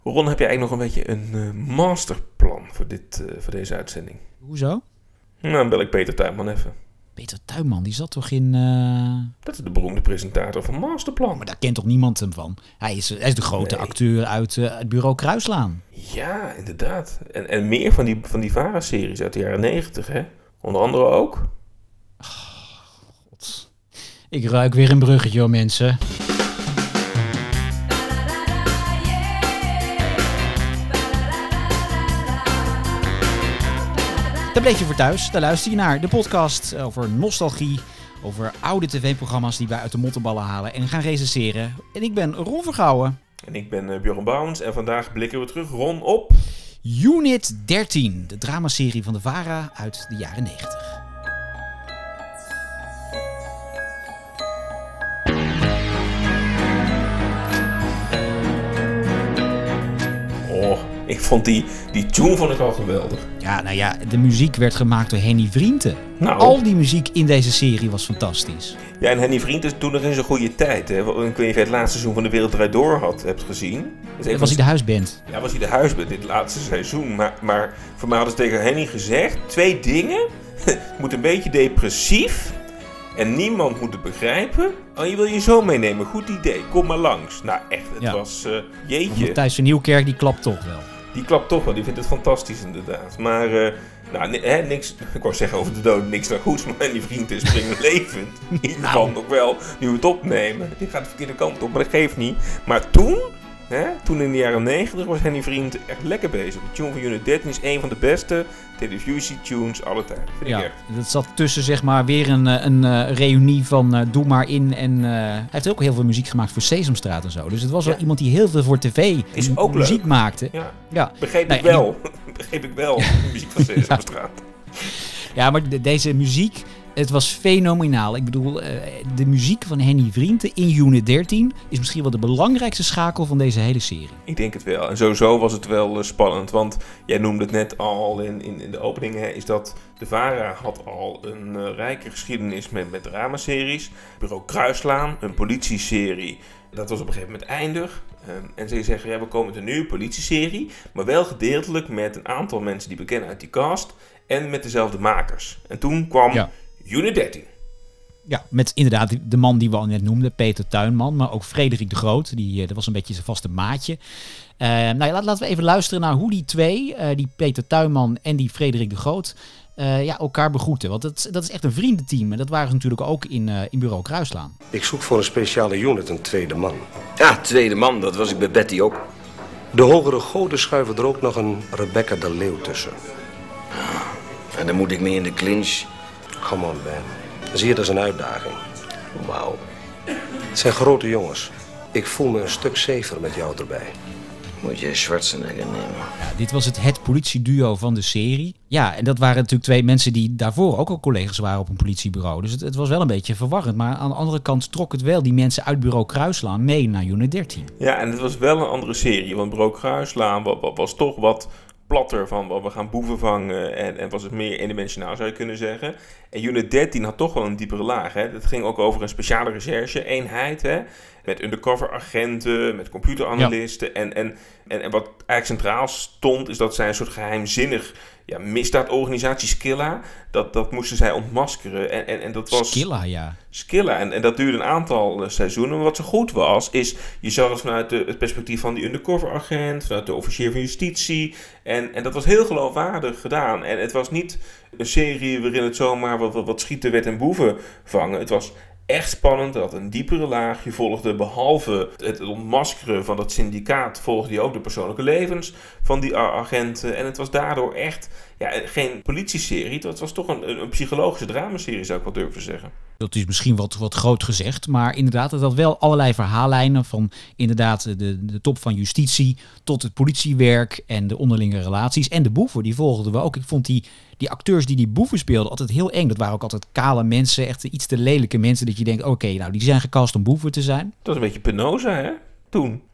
Ron, heb je eigenlijk nog een beetje een masterplan voor deze uitzending? Hoezo? Nou, dan bel ik Peter Tuinman even. Peter Tuinman, die zat toch in... Dat is de beroemde presentator van Masterplan. Maar daar kent toch niemand hem van? Hij is de grote acteur uit het bureau Kruislaan. Ja, inderdaad. En meer van die VARA-series uit de jaren 90, hè? Onder andere ook. God. Ik ruik weer een bruggetje, hoor, mensen. Daar bleef je voor thuis. Daar luister je naar de podcast over nostalgie, over oude tv-programma's die wij uit de mottenballen halen en gaan recenseren. En ik ben Ron Vergouwen. En ik ben Björn Bouwens en vandaag blikken we terug, Ron, op... Unit 13, de dramaserie van de VARA uit de jaren 90. Ik vond die tune vond ik al geweldig. Ja, nou ja, de muziek werd gemaakt door Henny Vrienden. Nou. Al die muziek in deze serie was fantastisch. Ja, en Henny Vriend is toen nog in zijn goede tijd. Hè? Ik weet niet of je het laatste seizoen van De Wereld Draait Door hebt gezien. Dat was hij de huisband. Ja, was hij de huisband dit laatste seizoen. Maar voor mij hadden ze tegen Henny gezegd, 2 dingen. Het moet een beetje depressief. En niemand moet het begrijpen. Oh, je wil je zo meenemen. Goed idee. Kom maar langs. Nou, echt. Het was... jeetje. Matthijs van Nieuwkerk, die klapt toch wel. Die klapt toch wel. Die vindt het fantastisch inderdaad. Maar... niks, ik wou zeggen over de dood, niks naar goeds, maar die vriend is springend levend. In ieder geval nog wel, nu we het opnemen. Die gaat de verkeerde kant op, maar dat geeft niet. Maar toen in de jaren 90 was Henny Vriend echt lekker bezig. De tune van Unit 13 is een van de beste televisietunes aller tijden. Vind ik echt. Dat zat tussen zeg maar weer een reunie van Doe maar in. En hij heeft ook heel veel muziek gemaakt voor Sesamstraat en zo. Dus het was wel iemand die heel veel voor tv is ook muziek leuk. maakte. Ja. Begreep ik wel. Begreep ik wel, de muziek van Sesamstraat. Ja, maar deze muziek, het was fenomenaal. Ik bedoel, de muziek van Henny Vrienden in Unit 13 is misschien wel de belangrijkste schakel van deze hele serie. Ik denk het wel. En sowieso was het wel spannend. Want jij noemde het net al in de opening, hè, is dat de VARA had al een rijke geschiedenis met dramaseries. Bureau Kruislaan, een politieserie. Dat was op een gegeven moment eindig. En ze zeggen, we komen met een nieuwe politieserie. Maar wel gedeeltelijk met een aantal mensen die we kennen uit die cast. En met dezelfde makers. En toen kwam Unit 13. Ja, met inderdaad de man die we al net noemden, Peter Tuinman. Maar ook Frederik de Groot, dat was een beetje zijn vaste maatje. Laten we even luisteren naar hoe die twee, die Peter Tuinman en die Frederik de Groot, elkaar begroeten. Want dat is echt een vriendenteam. En dat waren ze natuurlijk ook in bureau Kruislaan. Ik zoek voor een speciale unit een tweede man. Ja, tweede man, dat was ik bij Betty ook. De hogere goden schuiven er ook nog een Rebecca de Leeuw tussen. En dan moet ik mee in de clinch. Come on, Ben. Zie je dat als een uitdaging. Wauw. Het zijn grote jongens. Ik voel me een stuk safer met jou erbij. Moet je Schwarzenegger nemen. Ja, dit was het politieduo van de serie. Ja, en dat waren natuurlijk 2 mensen die daarvoor ook al collega's waren op een politiebureau. Dus het was wel een beetje verwarrend. Maar aan de andere kant trok het wel die mensen uit bureau Kruislaan mee naar Unit 13. Ja, en het was wel een andere serie. Want bureau Kruislaan was toch wat platter van we gaan boeven vangen en was het meer eendimensionaal zou je kunnen zeggen. En Unit 13 had toch wel een diepere laag. Hè? Het ging ook over een speciale recherche-eenheid, hè? Met undercover agenten, met computeranalisten. Ja. En wat eigenlijk centraal stond is dat zij een soort geheimzinnig misdaadorganisatie Skilla, dat moesten zij ontmaskeren. En dat was Skilla, ja. Skilla. En dat duurde een aantal seizoenen. Maar wat zo goed was, is je zag het vanuit het perspectief van die undercover agent, vanuit de officier van justitie. En dat was heel geloofwaardig gedaan. En het was niet een serie waarin het zomaar wat schieten werd en boeven vangen. Het was echt spannend, dat een diepere laag. Je volgde behalve het ontmaskeren van dat syndicaat, volgde je ook de persoonlijke levens van die agenten. En het was daardoor echt geen politieserie. Het was toch een psychologische dramaserie, zou ik wel durven zeggen. Dat is misschien wat groot gezegd, maar inderdaad, het had wel allerlei verhaallijnen van inderdaad de top van justitie tot het politiewerk en de onderlinge relaties. En de boeven, die volgden we ook. Ik vond die acteurs die boeven speelden altijd heel eng. Dat waren ook altijd kale mensen, echt iets te lelijke mensen dat je denkt, oké, nou die zijn gecast om boeven te zijn. Dat was een beetje Penosa, hè? Toen.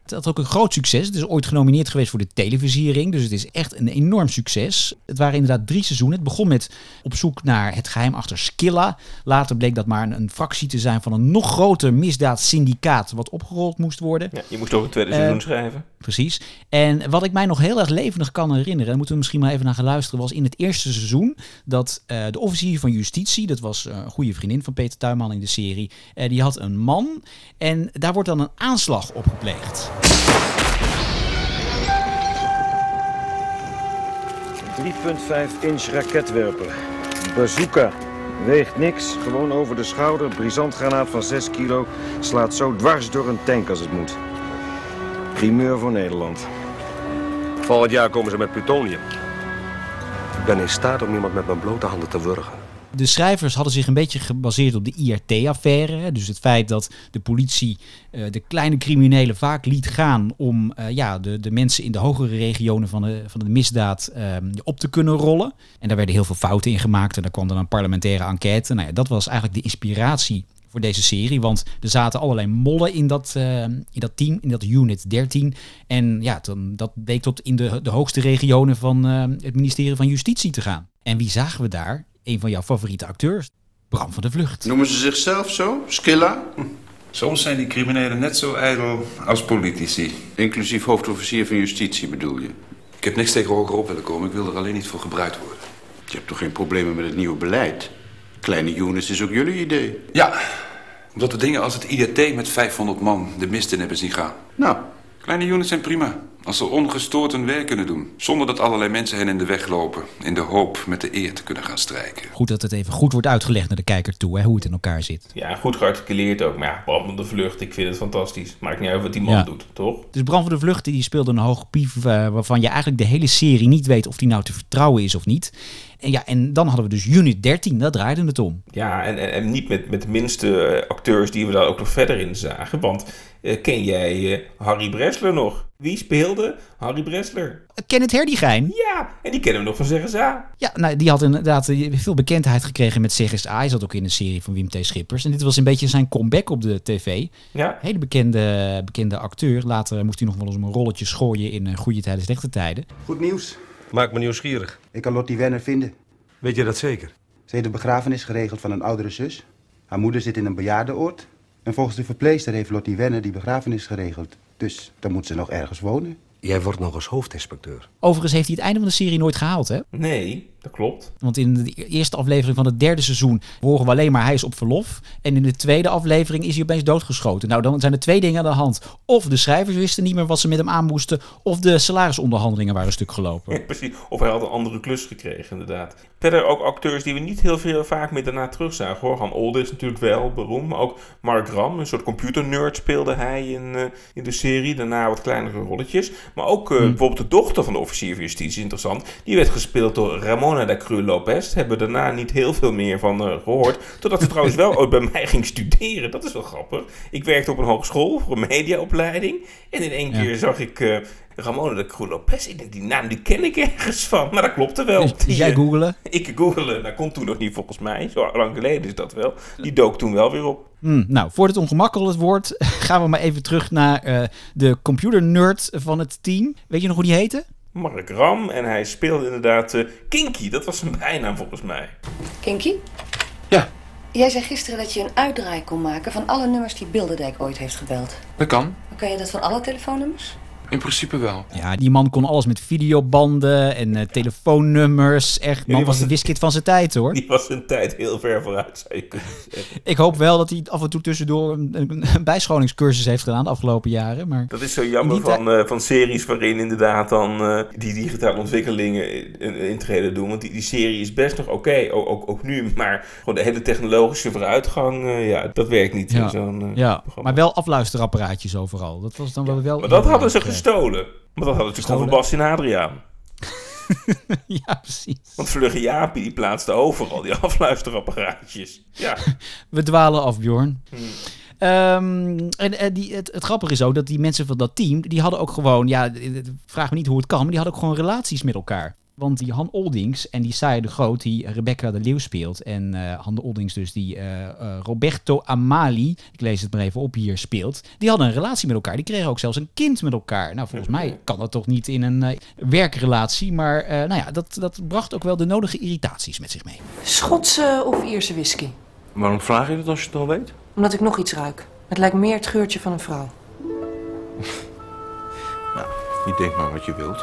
Het had ook een groot succes. Het is ooit genomineerd geweest voor de televisiering. Dus het is echt een enorm succes. Het waren inderdaad 3 seizoenen. Het begon met op zoek naar het geheim achter Scylla. Later bleek dat maar een fractie te zijn van een nog groter misdaadsyndicaat wat opgerold moest worden. Ja, je moest ook een tweede seizoen schrijven. Precies. En wat ik mij nog heel erg levendig kan herinneren, daar moeten we misschien maar even naar gaan luisteren, was in het eerste seizoen dat de officier van justitie, dat was een goede vriendin van Peter Tuinman in de serie, die had een man en daar wordt dan een aanslag op gepleegd. 3,5 inch raketwerper. Bazooka. Weegt niks, gewoon over de schouder. Brisantgranaat van 6 kilo. Slaat zo dwars door een tank als het moet. Primeur voor Nederland. Volgend jaar komen ze met plutonium. Ik ben in staat om iemand met mijn blote handen te wurgen. De schrijvers hadden zich een beetje gebaseerd op de IRT-affaire. Dus het feit dat de politie de kleine criminelen vaak liet gaan om de mensen in de hogere regionen van de misdaad op te kunnen rollen. En daar werden heel veel fouten in gemaakt en daar kwam dan een parlementaire enquête. Nou ja, dat was eigenlijk de inspiratie voor deze serie, want er zaten allerlei mollen in dat team, in dat Unit 13. En ja, dat bleek tot in de hoogste regionen van het ministerie van Justitie te gaan. En wie zagen we daar? Een van jouw favoriete acteurs, Bram van der Vlucht. Noemen ze zichzelf zo? Scylla? Soms zijn die criminelen net zo ijdel als politici. Inclusief hoofdofficier van justitie bedoel je? Ik heb niks tegen hogerop willen komen, ik wil er alleen niet voor gebruikt worden. Je hebt toch geen problemen met het nieuwe beleid? Kleine units is ook jullie idee. Ja, omdat we dingen als het IDT met 500 man de mist in hebben zien gaan. Nou, kleine units zijn prima, als ze ongestoord hun werk kunnen doen. Zonder dat allerlei mensen hen in de weg lopen, in de hoop met de eer te kunnen gaan strijken. Goed dat het even goed wordt uitgelegd naar de kijker toe, hè, hoe het in elkaar zit. Ja, goed gearticuleerd ook. Maar ja, Bram van der Vlucht, ik vind het fantastisch. Maakt niet uit wat die man doet, toch? Dus Bram van der Vlucht die speelde een hoogpief waarvan je eigenlijk de hele serie niet weet of die nou te vertrouwen is of niet. En dan hadden we dus Unit 13, daar draaide het om. Ja, en niet met de minste acteurs die we daar ook nog verder in zagen. Want ken jij Harry Bressler nog? Wie speelde Harry Bressler? Kenneth Herdigijn. Ja, en die kennen we nog van CSA. Ja, nou, die had inderdaad veel bekendheid gekregen met CSA. Hij zat ook in een serie van Wim T. Schippers. En dit was een beetje zijn comeback op de tv. Ja. Hele bekende acteur. Later moest hij nog wel eens een rolletje schooien in Goede Tijden, Slechte Tijden. Goed nieuws. Maak me nieuwsgierig. Ik kan Lottie Werner vinden. Weet je dat zeker? Ze heeft de begrafenis geregeld van een oudere zus. Haar moeder zit in een bejaardenoord. En volgens de verpleegster heeft Lottie Werner die begrafenis geregeld. Dus dan moet ze nog ergens wonen. Jij wordt nog eens hoofdinspecteur. Overigens heeft hij het einde van de serie nooit gehaald, hè? Nee, dat klopt. Want in de eerste aflevering van het 3e seizoen horen we alleen maar hij is op verlof. En in de 2e aflevering is hij opeens doodgeschoten. Nou, dan zijn er 2 dingen aan de hand. Of de schrijvers wisten niet meer wat ze met hem aan moesten. Of de salarisonderhandelingen waren een stuk gelopen. Ja, precies. Of hij had een andere klus gekregen, inderdaad. Verder ook acteurs die we niet heel veel vaak meer daarna terugzagen, hoor. Han Olde is natuurlijk wel beroemd. Maar ook Mark Ram, een soort computernerd speelde hij in de serie. Daarna wat kleinere rolletjes. Maar ook bijvoorbeeld de dochter van de officier van justitie, interessant. Die werd gespeeld door Ramona da Cruz Lopez. Daar hebben we daarna niet heel veel meer van gehoord. Totdat ze trouwens wel ooit bij mij ging studeren. Dat is wel grappig. Ik werkte op een hogeschool voor een mediaopleiding. En in één keer zag ik Ramona da Cruz Lopez. Ik denk, die naam die ken ik ergens van. Maar dat klopte wel. Dus jij googelen? Ik googelen. Dat kon toen nog niet volgens mij. Zo lang geleden is dat wel. Die dook toen wel weer op. Nou, voordat het ongemakkelijk wordt, gaan we maar even terug naar de computernerd van het team. Weet je nog hoe die heette? Mark Ram. En hij speelde inderdaad Kinky. Dat was zijn bijnaam volgens mij. Kinky? Ja. Jij zei gisteren dat je een uitdraai kon maken van alle nummers die Bilderdijk ooit heeft gebeld. Dat kan. Kan je dat van alle telefoonnummers? In principe wel. Ja, die man kon alles met videobanden en telefoonnummers. Echt, man was de wiskit van zijn tijd, hoor. Die was zijn tijd heel ver vooruit, zou je kunnen zeggen. Ik hoop wel dat hij af en toe tussendoor een bijscholingscursus heeft gedaan de afgelopen jaren. Maar dat is zo jammer van series waarin inderdaad dan die digitale ontwikkelingen intreden doen. Want die serie is best nog oké, ook nu. Maar gewoon de hele technologische vooruitgang, dat werkt niet in zo'n programma. Maar wel afluisterapparaatjes overal. Dat was dan wel. Maar dat hadden ze gestolen. Maar dat hadden ze gewoon van Bas en Adriaan. Ja, precies. Want Vlugge Jaapie die plaatste overal die afluisterapparaatjes. Ja. We dwalen af, Bjorn. Het grappige is ook dat die mensen van dat team, die hadden ook gewoon, vraag me niet hoe het kan, maar die hadden ook gewoon relaties met elkaar. Want die Han Oldings en die Saïd de Groot, die Rebecca de Leeuw speelt. En Han de Oldings dus, die Roberto Amali, ik lees het maar even op hier, speelt. Die hadden een relatie met elkaar. Die kregen ook zelfs een kind met elkaar. Nou, volgens mij kan dat toch niet in een werkrelatie. Maar dat bracht ook wel de nodige irritaties met zich mee. Schotse of Ierse whisky? Waarom vraag je dat als je het al weet? Omdat ik nog iets ruik. Het lijkt meer het geurtje van een vrouw. Nou, je denkt maar wat je wilt.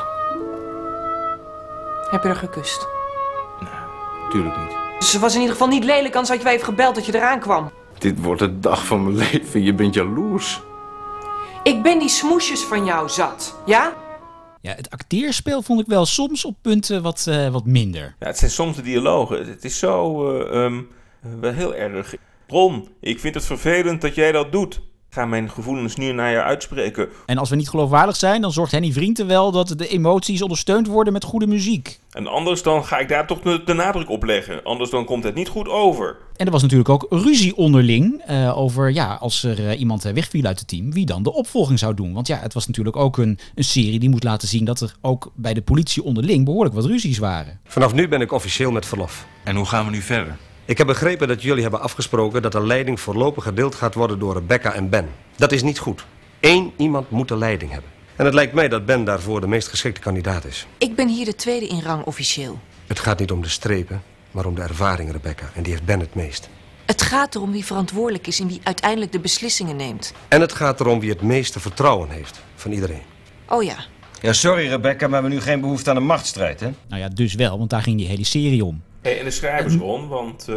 Heb je er gekust? Nee, tuurlijk niet. Dus ze was in ieder geval niet lelijk, anders had je wel even gebeld dat je eraan kwam. Dit wordt de dag van mijn leven. Je bent jaloers. Ik ben die smoesjes van jou zat, ja? Ja, het acteerspel vond ik wel soms op punten wat minder. Ja, het zijn soms de dialogen. Het is zo wel heel erg. Ron, ik vind het vervelend dat jij dat doet. Ik ga mijn gevoelens nu naar je uitspreken. En als we niet geloofwaardig zijn, dan zorgt Henny Vrienden wel dat de emoties ondersteund worden met goede muziek. En anders dan ga ik daar toch de nadruk op leggen. Anders dan komt het niet goed over. En er was natuurlijk ook ruzie onderling over, als er iemand wegviel uit het team, wie dan de opvolging zou doen. Want ja, het was natuurlijk ook een serie die moet laten zien dat er ook bij de politie onderling behoorlijk wat ruzies waren. Vanaf nu ben ik officieel met verlof. En hoe gaan we nu verder? Ik heb begrepen dat jullie hebben afgesproken dat de leiding voorlopig gedeeld gaat worden door Rebecca en Ben. Dat is niet goed. 1 iemand moet de leiding hebben. En het lijkt mij dat Ben daarvoor de meest geschikte kandidaat is. Ik ben hier de tweede in rang officieel. Het gaat niet om de strepen, maar om de ervaring, Rebecca. En die heeft Ben het meest. Het gaat erom wie verantwoordelijk is en wie uiteindelijk de beslissingen neemt. En het gaat erom wie het meeste vertrouwen heeft van iedereen. Oh ja. Ja, sorry Rebecca, maar we hebben nu geen behoefte aan een machtsstrijd, hè? Nou ja, dus wel, want daar ging die hele serie om. En de schrijvers Ron, want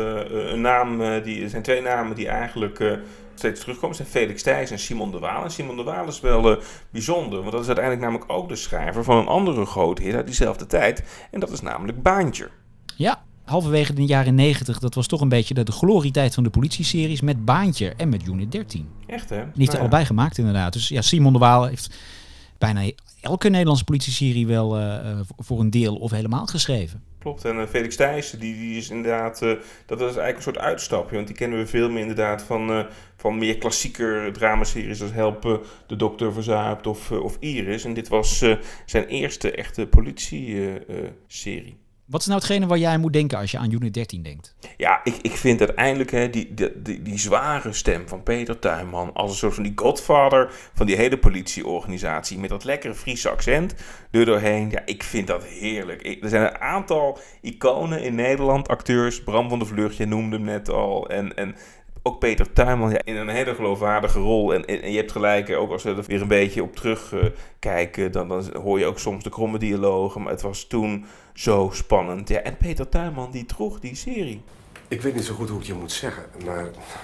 er zijn 2 namen die eigenlijk steeds terugkomen. Dat zijn Felix Thijs en Simon de Waal. En Simon de Waal is wel bijzonder, want dat is uiteindelijk namelijk ook de schrijver van een andere grote hit uit diezelfde tijd. En dat is namelijk Baantje. Ja, halverwege de jaren 90, dat was toch een beetje de glorietijd van de politieseries met Baantje en met Unit 13. Echt, hè? Die heeft er allebei gemaakt inderdaad. Dus ja, Simon de Waal heeft bijna elke Nederlandse politieserie wel voor een deel of helemaal geschreven. Klopt, en Felix Thijs, die is inderdaad, dat is eigenlijk een soort uitstapje, want die kennen we veel meer inderdaad van meer klassieker dramaseries als Help, De Dokter Verzuipt of Iris. En dit was zijn eerste echte politie-serie. Wat is nou hetgene waar jij aan moet denken als je aan Unit 13 denkt? Ja, ik vind uiteindelijk die zware stem van Peter Tuinman als een soort van die godfather van die hele politieorganisatie met dat lekkere Friese accent doorheen. Ja, ik vind dat heerlijk. Er zijn een aantal iconen in Nederland, acteurs. Bram van der Vlucht, je noemde hem net al. En ook Peter Tuinman in een hele geloofwaardige rol. En je hebt gelijk, ook als we er weer een beetje op terugkijken, dan hoor je ook soms de kromme dialogen. Maar het was toen zo spannend. Ja, en Peter Tuinman die droeg die serie. Ik weet niet zo goed hoe ik je moet zeggen, maar...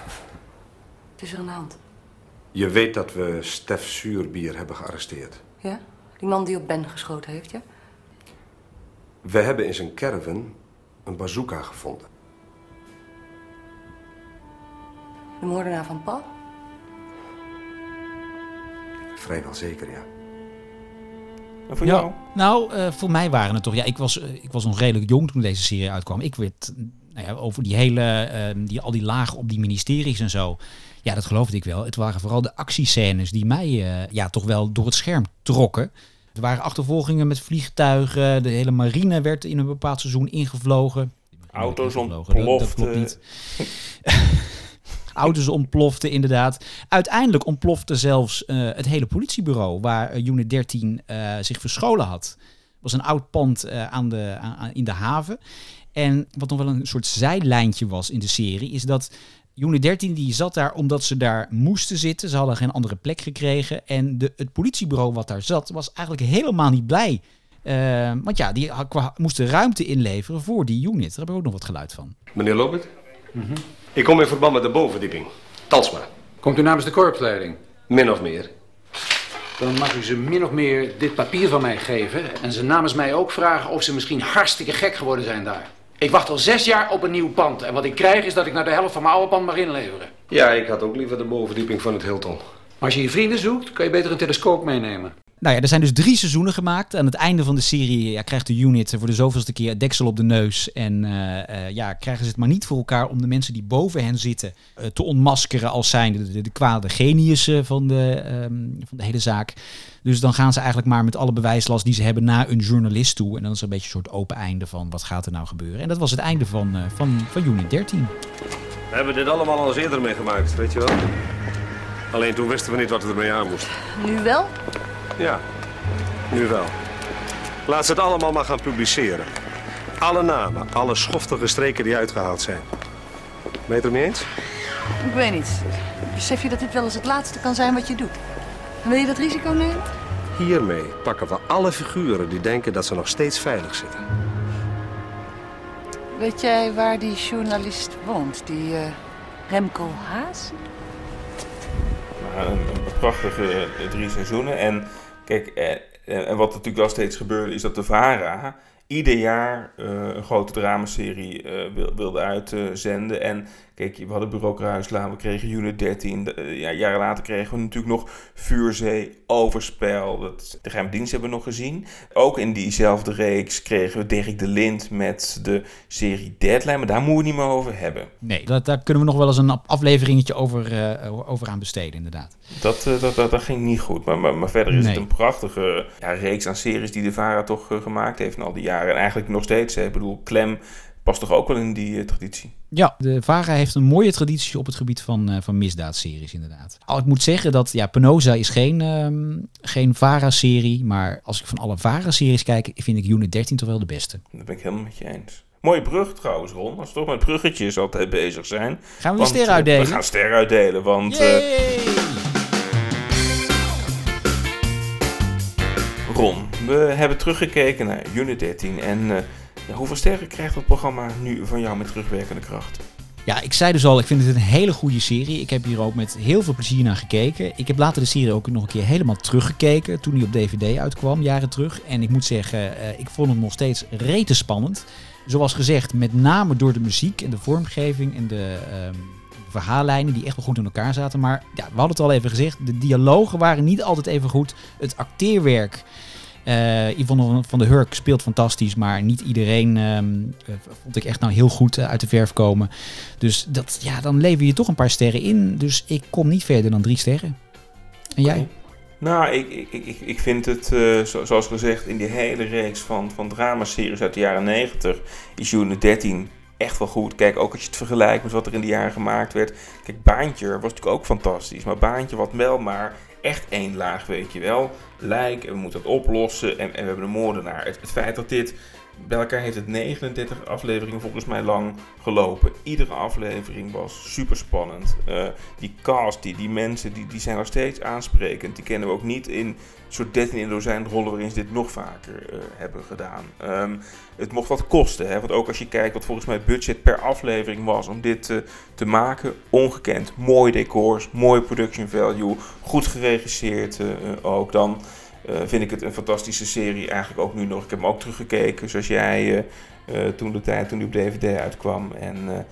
Het is er aan de hand. Je weet dat we Stef Zuurbier hebben gearresteerd. Ja? Die man die op Ben geschoten heeft, ja? We hebben in zijn caravan een bazooka gevonden. De moordenaar van Paul? Vrijwel zeker, ja. En voor jou? Nou, voor mij waren het toch... Ja, ik was nog redelijk jong toen deze serie uitkwam. Ik werd over die hele... al die lagen op die ministeries en zo. Ja, dat geloofde ik wel. Het waren vooral de actiescènes die mij toch wel door het scherm trokken. Er waren achtervolgingen met vliegtuigen. De hele marine werd in een bepaald seizoen ingevlogen. Auto's ontploften. Dat klopt niet. Auto's ontploften, inderdaad. Uiteindelijk ontplofte zelfs het hele politiebureau waar Unit 13 zich verscholen had. Het was een oud pand in de haven. En wat nog wel een soort zijlijntje was in de serie, is dat Unit 13 die zat daar omdat ze daar moesten zitten. Ze hadden geen andere plek gekregen. En het politiebureau wat daar zat, was eigenlijk helemaal niet blij. Want ja, die moesten ruimte inleveren voor die unit. Daar hebben we ook nog wat geluid van. Meneer Lobert? Ik kom in verband met de bovenverdieping. Talsma. Komt u namens de korpsleiding? Min of meer. Dan mag u ze min of meer dit papier van mij geven. En ze namens mij ook vragen of ze misschien hartstikke gek geworden zijn daar. Ik wacht al 6 jaar op een nieuw pand. En wat ik krijg is dat ik naar de helft van mijn oude pand mag inleveren. Ja, ik had ook liever de bovenverdieping van het Hilton. Maar als je je vrienden zoekt, kan je beter een telescoop meenemen. Nou ja, er zijn dus 3 seizoenen gemaakt. Aan het einde van de serie krijgt de unit voor de zoveelste keer het deksel op de neus. En krijgen ze het maar niet voor elkaar om de mensen die boven hen zitten te ontmaskeren als zijnde de kwade geniussen van de hele zaak. Dus dan gaan ze eigenlijk maar met alle bewijslast die ze hebben naar een journalist toe. En dan is er een beetje een soort open einde van wat gaat er nou gebeuren. En dat was het einde van unit 13. We hebben dit allemaal al eens eerder meegemaakt, weet je wel. Alleen toen wisten we niet wat we ermee aan moesten. Nu wel? Ja, nu wel. Laat ze het allemaal maar gaan publiceren. Alle namen, alle schoftige streken die uitgehaald zijn. Ben je het er mee eens? Ik weet niet. Besef je dat dit wel eens het laatste kan zijn wat je doet? Wil je dat risico nemen? Hiermee pakken we alle figuren die denken dat ze nog steeds veilig zitten. Weet jij waar die journalist woont? Die Remco Haas? Nou, een prachtige 3 seizoenen. En kijk, en wat natuurlijk wel steeds gebeurde is dat de VARA ieder jaar een grote dramaserie wilde uitzenden. En kijk, we hadden Bureau Kruislaan, we kregen unit 13. Jaren later kregen we natuurlijk nog Vuurzee, Overspel. De geheime dienst hebben we nog gezien. Ook in diezelfde reeks kregen we Dirk de Lind met de serie Deadline. Maar daar moeten we het niet meer over hebben. Nee, daar kunnen we nog wel eens een afleveringetje over aan besteden, inderdaad. Dat ging niet goed. Maar verder is het een prachtige reeks aan series die de VARA toch gemaakt heeft in al die jaren. En eigenlijk nog steeds. Ik bedoel, Klem past toch ook wel in die traditie? Ja, de VARA heeft een mooie traditie op het gebied van misdaadseries, inderdaad. Al ik moet zeggen dat Penosa is geen VARA-serie. Maar als ik van alle VARA-series kijk, vind ik unit 13 toch wel de beste. Dat ben ik helemaal met je eens. Mooie brug trouwens, Ron. Als we toch met bruggetjes altijd bezig zijn. Gaan we weer sterren uitdelen? We gaan sterren uitdelen, want... Ron, we hebben teruggekeken naar unit 13 en hoeveel sterren krijgt het programma nu van jou met terugwerkende kracht? Ja, ik zei dus al, ik vind het een hele goede serie. Ik heb hier ook met heel veel plezier naar gekeken. Ik heb later de serie ook nog een keer helemaal teruggekeken toen die op DVD uitkwam, jaren terug. En ik moet zeggen, ik vond het nog steeds rete spannend. Zoals gezegd, met name door de muziek en de vormgeving en de verhaallijnen die echt wel goed in elkaar zaten. Maar ja, we hadden het al even gezegd, de dialogen waren niet altijd even goed. Het acteerwerk, Yvonne van der Hurk speelt fantastisch, maar niet iedereen vond ik echt nou heel goed uit de verf komen. Dus dan lever je toch een paar sterren in. Dus ik kom niet verder dan 3 sterren. En jij? Nou, ik vind het, zoals gezegd, in die hele reeks van dramaseries uit de jaren 90 is unit 13 echt wel goed. Kijk, ook als je het vergelijkt met wat er in die jaren gemaakt werd. Kijk, Baantje was natuurlijk ook fantastisch. Maar Baantje wat wel maar echt 1 laag, weet je wel. Lijk, en we moeten het oplossen en we hebben een moordenaar. Het feit dat dit... Bij elkaar heeft het 39 afleveringen volgens mij lang gelopen. Iedere aflevering was super spannend. Die cast, die mensen, die zijn nog steeds aansprekend. Die kennen we ook niet in soort 13 in dozijn rollen waarin ze dit nog vaker hebben gedaan. Het mocht wat kosten, hè? Want ook als je kijkt wat volgens mij het budget per aflevering was om dit te maken, ongekend. Mooie decors, mooie production value, goed geregisseerd ook dan. Vind ik het een fantastische serie, eigenlijk ook nu nog. Ik heb hem ook teruggekeken, zoals jij toen die op DVD uitkwam. En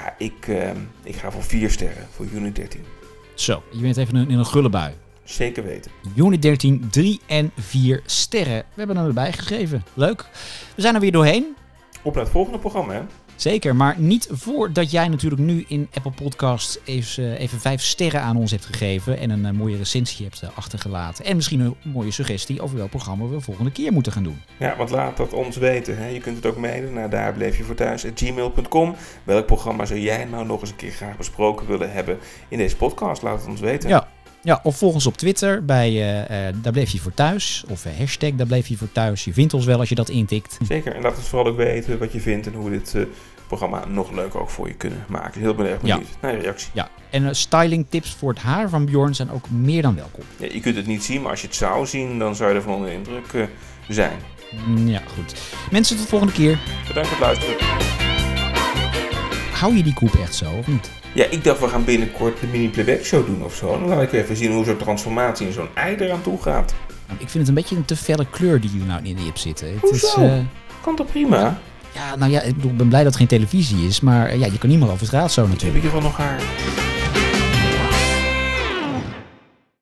ik ga voor 4 sterren voor unit 13. Zo, je bent even in een gulle bui. Zeker weten. Unit 13, 3 en 4 sterren. We hebben hem erbij gegeven. Leuk. We zijn er weer doorheen. Op naar het volgende programma, hè? Zeker, maar niet voordat jij natuurlijk nu in Apple Podcasts even 5 sterren aan ons hebt gegeven en een mooie recensie hebt achtergelaten. En misschien een mooie suggestie over welk programma we de volgende keer moeten gaan doen. Ja, want laat dat ons weten. Hè. Je kunt het ook mailen naar daarbleefjevoorthuis@gmail.com. Welk programma zou jij nou nog eens een keer graag besproken willen hebben in deze podcast? Laat het ons weten. Ja, of volg ons op Twitter bij Daar Bleef Je Voor Thuis. Of hashtag Daar Bleef Je Voor Thuis. Je vindt ons wel als je dat intikt. Zeker, en laat ons vooral ook weten wat je vindt en hoe we dit programma nog leuker ook voor je kunnen maken. Heel erg benieuwd naar je reactie. Ja, en styling tips voor het haar van Bjorn zijn ook meer dan welkom. Ja, je kunt het niet zien, maar als je het zou zien, dan zou je er van onder de indruk zijn. Ja, goed. Mensen, tot de volgende keer. Bedankt voor het luisteren. Hou je die koep echt zo, of niet? Ja, ik dacht we gaan binnenkort de mini-playback show doen of zo. Dan laat ik even zien hoe zo'n transformatie in zo'n ei eraan toe gaat. Ik vind het een beetje een te felle kleur die je nou in je hebt zitten. Hoezo? Kan toch prima? Ja, nou ja, ik ben blij dat het geen televisie is. Maar ja, je kan niet meer over straat zo natuurlijk. Ik heb in ieder geval nog haar.